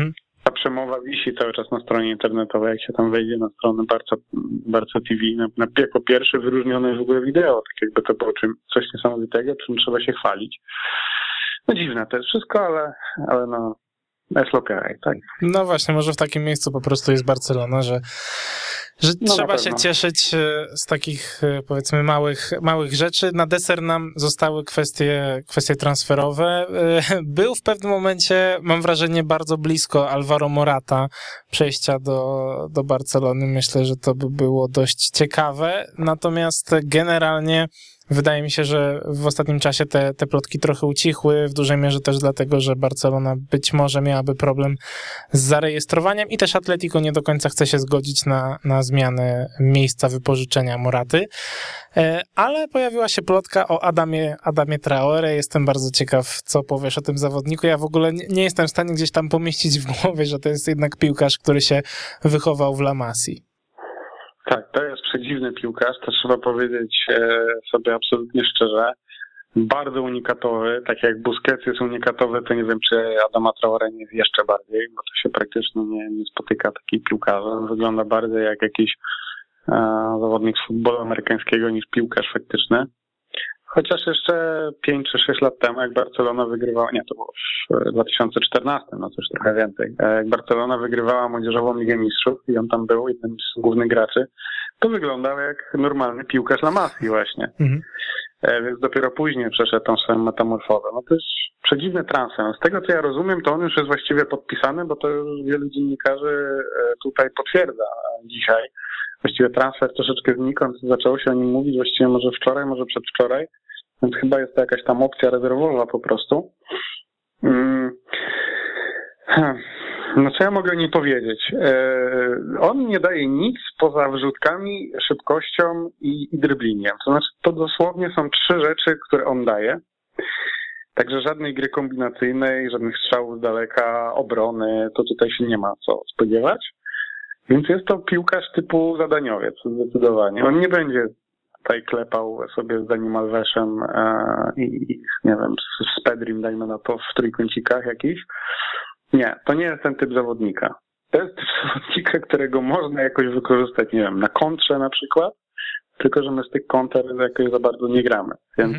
ta przemowa wisi cały czas na stronie internetowej, jak się tam wejdzie na stronę Barca TV, jako pierwszy wyróżnione w ogóle wideo, tak jakby to było coś niesamowitego, czym trzeba się chwalić. No dziwne to jest wszystko, ale no jest okej, tak? No właśnie, może w takim miejscu po prostu jest Barcelona, że trzeba się cieszyć z takich, powiedzmy, małych rzeczy. Na deser nam zostały kwestie transferowe. Był w pewnym momencie, mam wrażenie, bardzo blisko Alvaro Morata przejścia do Barcelony. Myślę, że to by było dość ciekawe. Natomiast generalnie wydaje mi się, że w ostatnim czasie te plotki trochę ucichły, w dużej mierze też dlatego, że Barcelona być może miałaby problem z zarejestrowaniem i też Atletico nie do końca chce się zgodzić na zmianę miejsca wypożyczenia Moraty. Ale pojawiła się plotka o Adamie Traoré. Jestem bardzo ciekaw, co powiesz o tym zawodniku. Ja w ogóle nie jestem w stanie gdzieś tam pomieścić w głowie, że to jest jednak piłkarz, który się wychował w La Masii. Tak, to jest przedziwny piłkarz, to trzeba powiedzieć sobie absolutnie szczerze. Bardzo unikatowy, tak jak Busquets jest unikatowy, to nie wiem, czy Adama Traoré nie jest jeszcze bardziej, bo to się praktycznie nie spotyka takich piłkarzy. On wygląda bardziej jak jakiś zawodnik z futbolu amerykańskiego niż piłkarz faktyczny. Chociaż jeszcze 5 czy 6 lat temu, jak Barcelona wygrywała, nie, to było w 2014, no coś trochę więcej, jak Barcelona wygrywała Młodzieżową Ligę Mistrzów i on tam był, jednym z głównych graczy, to wyglądał jak normalny piłkarz La Masii właśnie. Więc dopiero później przeszedł tą swoją metamorfozę. No to jest przedziwny transfer. Z tego, co ja rozumiem, to on już jest właściwie podpisany, bo to już wielu dziennikarzy tutaj potwierdza dzisiaj. Właściwie transfer troszeczkę znikąd, zaczęło się o nim mówić właściwie może wczoraj, może przedwczoraj, więc chyba jest to jakaś tam opcja rezerwowa po prostu. No co ja mogę o niej powiedzieć? On nie daje nic poza wrzutkami, szybkością i dribblingiem. To znaczy to dosłownie są 3 rzeczy, które on daje. Także żadnej gry kombinacyjnej, żadnych strzałów z daleka, obrony, to tutaj się nie ma co spodziewać. Więc jest to piłkarz typu zadaniowiec, zdecydowanie. On nie będzie tutaj klepał sobie z Danim Alvesem i nie wiem, z Pedrim, dajmy na to, w trójkącikach jakichś. Nie, to nie jest ten typ zawodnika. To jest typ zawodnika, którego można jakoś wykorzystać, nie wiem, na kontrze na przykład, tylko że my z tych konter jakoś za bardzo nie gramy. Więc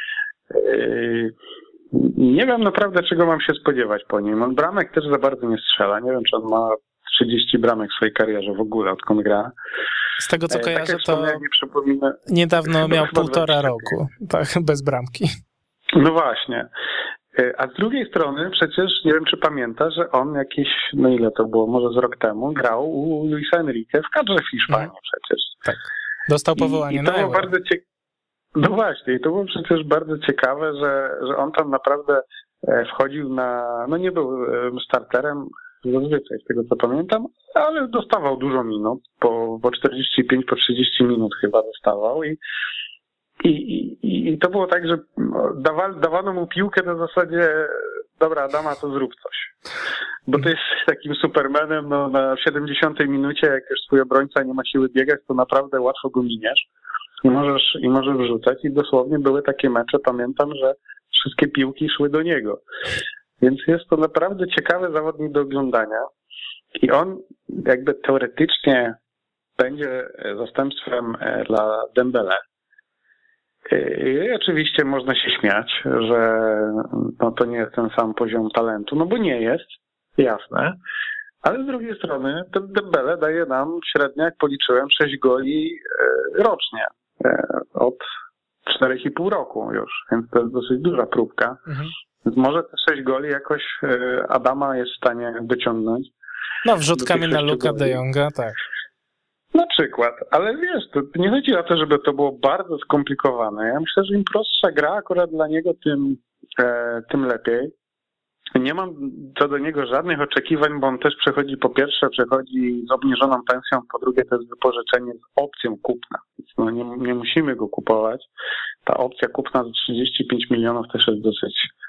nie wiem naprawdę, czego mam się spodziewać po nim. On bramek też za bardzo nie strzela. Nie wiem, czy on ma 30 bramek w swojej karierze w ogóle, odkąd gra. Z tego, co kojarzę, to niedawno miał 1,5 roku, tak, bez bramki. No właśnie. A z drugiej strony przecież, nie wiem, czy pamiętasz, że on jakiś, no ile to było, może z rok temu, grał u Luisa Enrique w kadrze w Hiszpanii przecież. Tak. Dostał powołanie na Euro. No właśnie, i to było przecież bardzo ciekawe, że on tam naprawdę wchodził no nie był starterem, zazwyczaj, z tego co pamiętam, ale dostawał dużo minut, po 45, po 30 minut chyba dostawał i to było tak, że dawano mu piłkę na zasadzie, dobra Adama, to zrób coś. Bo ty jesteś takim supermanem, no na 70 minucie, jak już twój obrońca nie ma siły biegać, to naprawdę łatwo go miniesz i możesz wrzucać i dosłownie były takie mecze, pamiętam, że wszystkie piłki szły do niego. Więc jest to naprawdę ciekawy zawodnik do oglądania i on jakby teoretycznie będzie zastępstwem dla Dembele. I oczywiście można się śmiać, że no to nie jest ten sam poziom talentu, no bo nie jest, jasne, ale z drugiej strony ten Dembele daje nam średnio, jak policzyłem, 6 goli rocznie od 4,5 roku już, więc to jest dosyć duża próbka. Więc może te 6 goli jakoś Adama jest w stanie wyciągnąć. No wrzutkami na Luka de Jonga, tak. Na przykład, ale wiesz, to nie chodzi o to, żeby to było bardzo skomplikowane. Ja myślę, że im prostsza gra akurat dla niego, tym lepiej. Nie mam co do niego żadnych oczekiwań, bo on też po pierwsze przechodzi z obniżoną pensją, po drugie to jest wypożyczenie z opcją kupna. Więc no nie musimy go kupować. Ta opcja kupna za 35 milionów też jest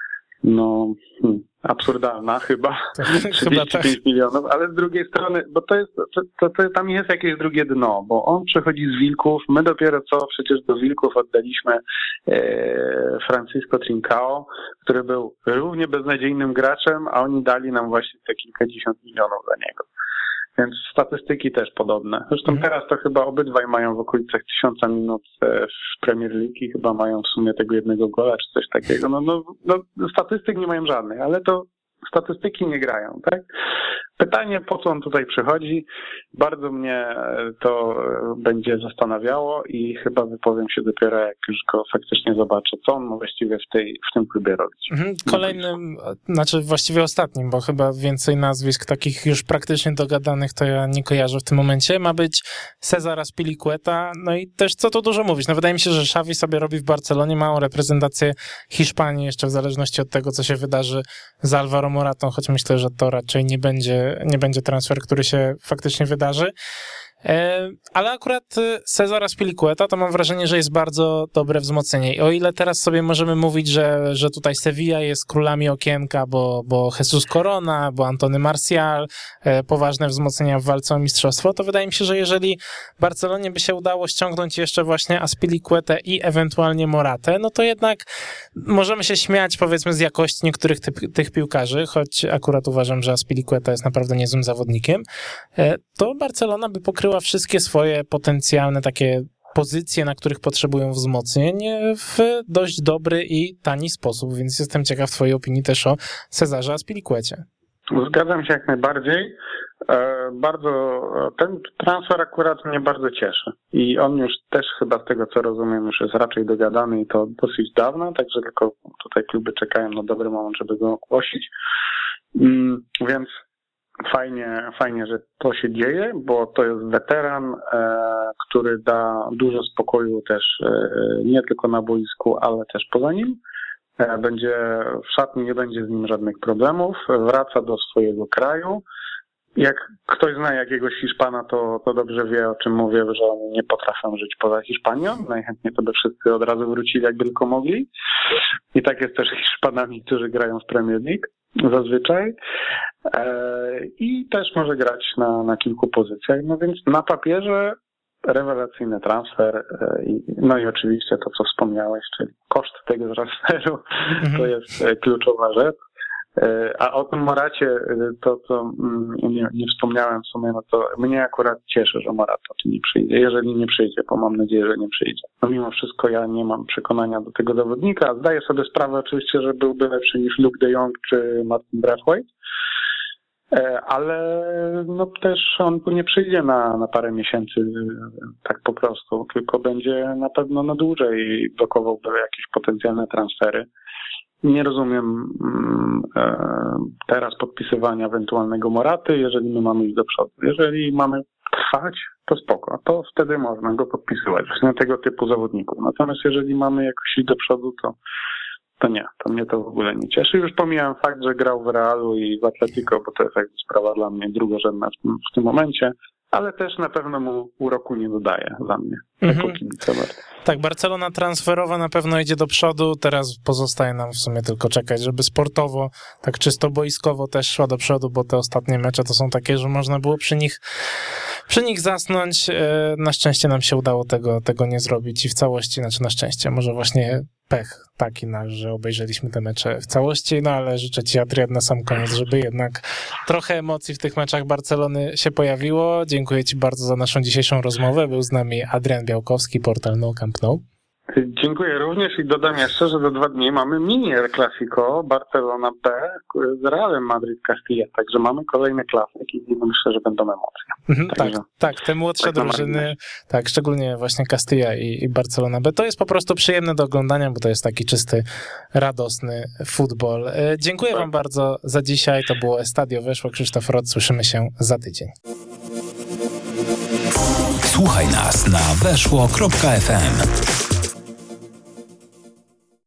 absurdalna chyba, 35 tak. milionów, ale z drugiej strony, bo tam jest jakieś drugie dno, bo on przychodzi z Wilków, my dopiero co przecież do Wilków oddaliśmy Francisco Trincao, który był równie beznadziejnym graczem, a oni dali nam właśnie te kilkadziesiąt milionów za niego. Więc statystyki też podobne. Zresztą teraz to chyba obydwaj mają w okolicach 1000 minut w Premier League i chyba mają w sumie tego jednego gola czy coś takiego. Statystyk nie mają żadnych, ale to statystyki nie grają, tak? Pytanie, po co on tutaj przychodzi, bardzo mnie to będzie zastanawiało i chyba wypowiem się dopiero, jak już go faktycznie zobaczę, co on ma właściwie w tym klubie robić. Kolejnym, znaczy właściwie ostatnim, bo chyba więcej nazwisk takich już praktycznie dogadanych to ja nie kojarzę w tym momencie, ma być César Azpilicueta, no i też co tu dużo mówić, no wydaje mi się, że Xavi sobie robi w Barcelonie małą reprezentację Hiszpanii, jeszcze w zależności od tego, co się wydarzy z Alvaro Moratą, choć myślę, że to raczej nie będzie transfer, który się faktycznie wydarzy. Ale akurat César Azpilicueta to mam wrażenie, że jest bardzo dobre wzmocnienie. I o ile teraz sobie możemy mówić, że tutaj Sevilla jest królami okienka, bo Jesus Corona, bo Antony Martial, poważne wzmocnienia w walce o mistrzostwo, to wydaje mi się, że jeżeli Barcelonie by się udało ściągnąć jeszcze właśnie Azpilicuetę i ewentualnie Moratę, no to jednak możemy się śmiać, powiedzmy, z jakości niektórych tych piłkarzy, choć akurat uważam, że Azpilicueta jest naprawdę niezłym zawodnikiem, to Barcelona by pokryła wszystkie swoje potencjalne takie pozycje, na których potrzebują wzmocnień w dość dobry i tani sposób, więc jestem ciekaw twojej opinii też o Cezarze Azpilicuecie. Zgadzam się jak najbardziej. Ten transfer akurat mnie bardzo cieszy i on już też chyba z tego co rozumiem już jest raczej dogadany i to dosyć dawno, także tylko tutaj kluby czekają na dobry moment, żeby go ogłosić, więc fajnie, że to się dzieje, bo to jest weteran, który da dużo spokoju też nie tylko na boisku, ale też poza nim. Będzie w szatni, nie będzie z nim żadnych problemów, wraca do swojego kraju. Jak ktoś zna jakiegoś Hiszpana, to dobrze wie, o czym mówię, że oni nie potrafią żyć poza Hiszpanią. Najchętniej to by wszyscy od razu wrócili, jakby tylko mogli. I tak jest też Hiszpanami, którzy grają w Premier League zazwyczaj. I też może grać na kilku pozycjach. No więc na papierze rewelacyjny transfer. No i oczywiście to, co wspomniałeś, czyli koszt tego transferu, to jest kluczowa rzecz. A o tym Moracie, to co nie wspomniałem w sumie, no to mnie akurat cieszy, że Morata tu nie przyjdzie. Jeżeli nie przyjdzie, bo mam nadzieję, że nie przyjdzie. No mimo wszystko ja nie mam przekonania do tego zawodnika. Zdaję sobie sprawę oczywiście, że byłby lepszy niż Luke de Jong czy Martin Braithwaite, ale no też on tu nie przyjdzie na parę miesięcy tak po prostu, tylko będzie na pewno na dłużej blokowałby jakieś potencjalne transfery. Nie rozumiem teraz podpisywania ewentualnego Moraty, jeżeli my mamy iść do przodu. Jeżeli mamy trwać, to spoko, to wtedy można go podpisywać, właśnie tego typu zawodników. Natomiast jeżeli mamy jakoś iść do przodu, to nie, to mnie to w ogóle nie cieszy. Już pomijam fakt, że grał w Realu i w Atletico, bo to jest jakby sprawa dla mnie drugorzędna w tym momencie, ale też na pewno mu uroku nie dodaje dla mnie, jako kibica. Tak, Barcelona transferowa na pewno idzie do przodu, teraz pozostaje nam w sumie tylko czekać, żeby sportowo, tak czysto boiskowo też szła do przodu, bo te ostatnie mecze to są takie, że można było przy nich zasnąć. Na szczęście nam się udało tego nie zrobić i w całości, znaczy na szczęście, może właśnie pech taki nasz, że obejrzeliśmy te mecze w całości, no ale życzę ci, Adrian, na sam koniec, żeby jednak trochę emocji w tych meczach Barcelony się pojawiło. Dziękuję ci bardzo za naszą dzisiejszą rozmowę. Był z nami Adrian Białkowski, portal No Camp No. Dziękuję również i dodam jeszcze, że za 2 dni mamy mini El Clasico Barcelona B z Realem Madrid Castilla, także mamy kolejny klasyk i myślę, że będą emocje. Tak, te młodsze drużyny, tak, szczególnie właśnie Castilla i Barcelona B, to jest po prostu przyjemne do oglądania, bo to jest taki czysty, radosny futbol. Dziękuję wam bardzo za dzisiaj, to było Estadio Weszło, Krzysztof Rot, słyszymy się za tydzień. Słuchaj nas na weszło.fm.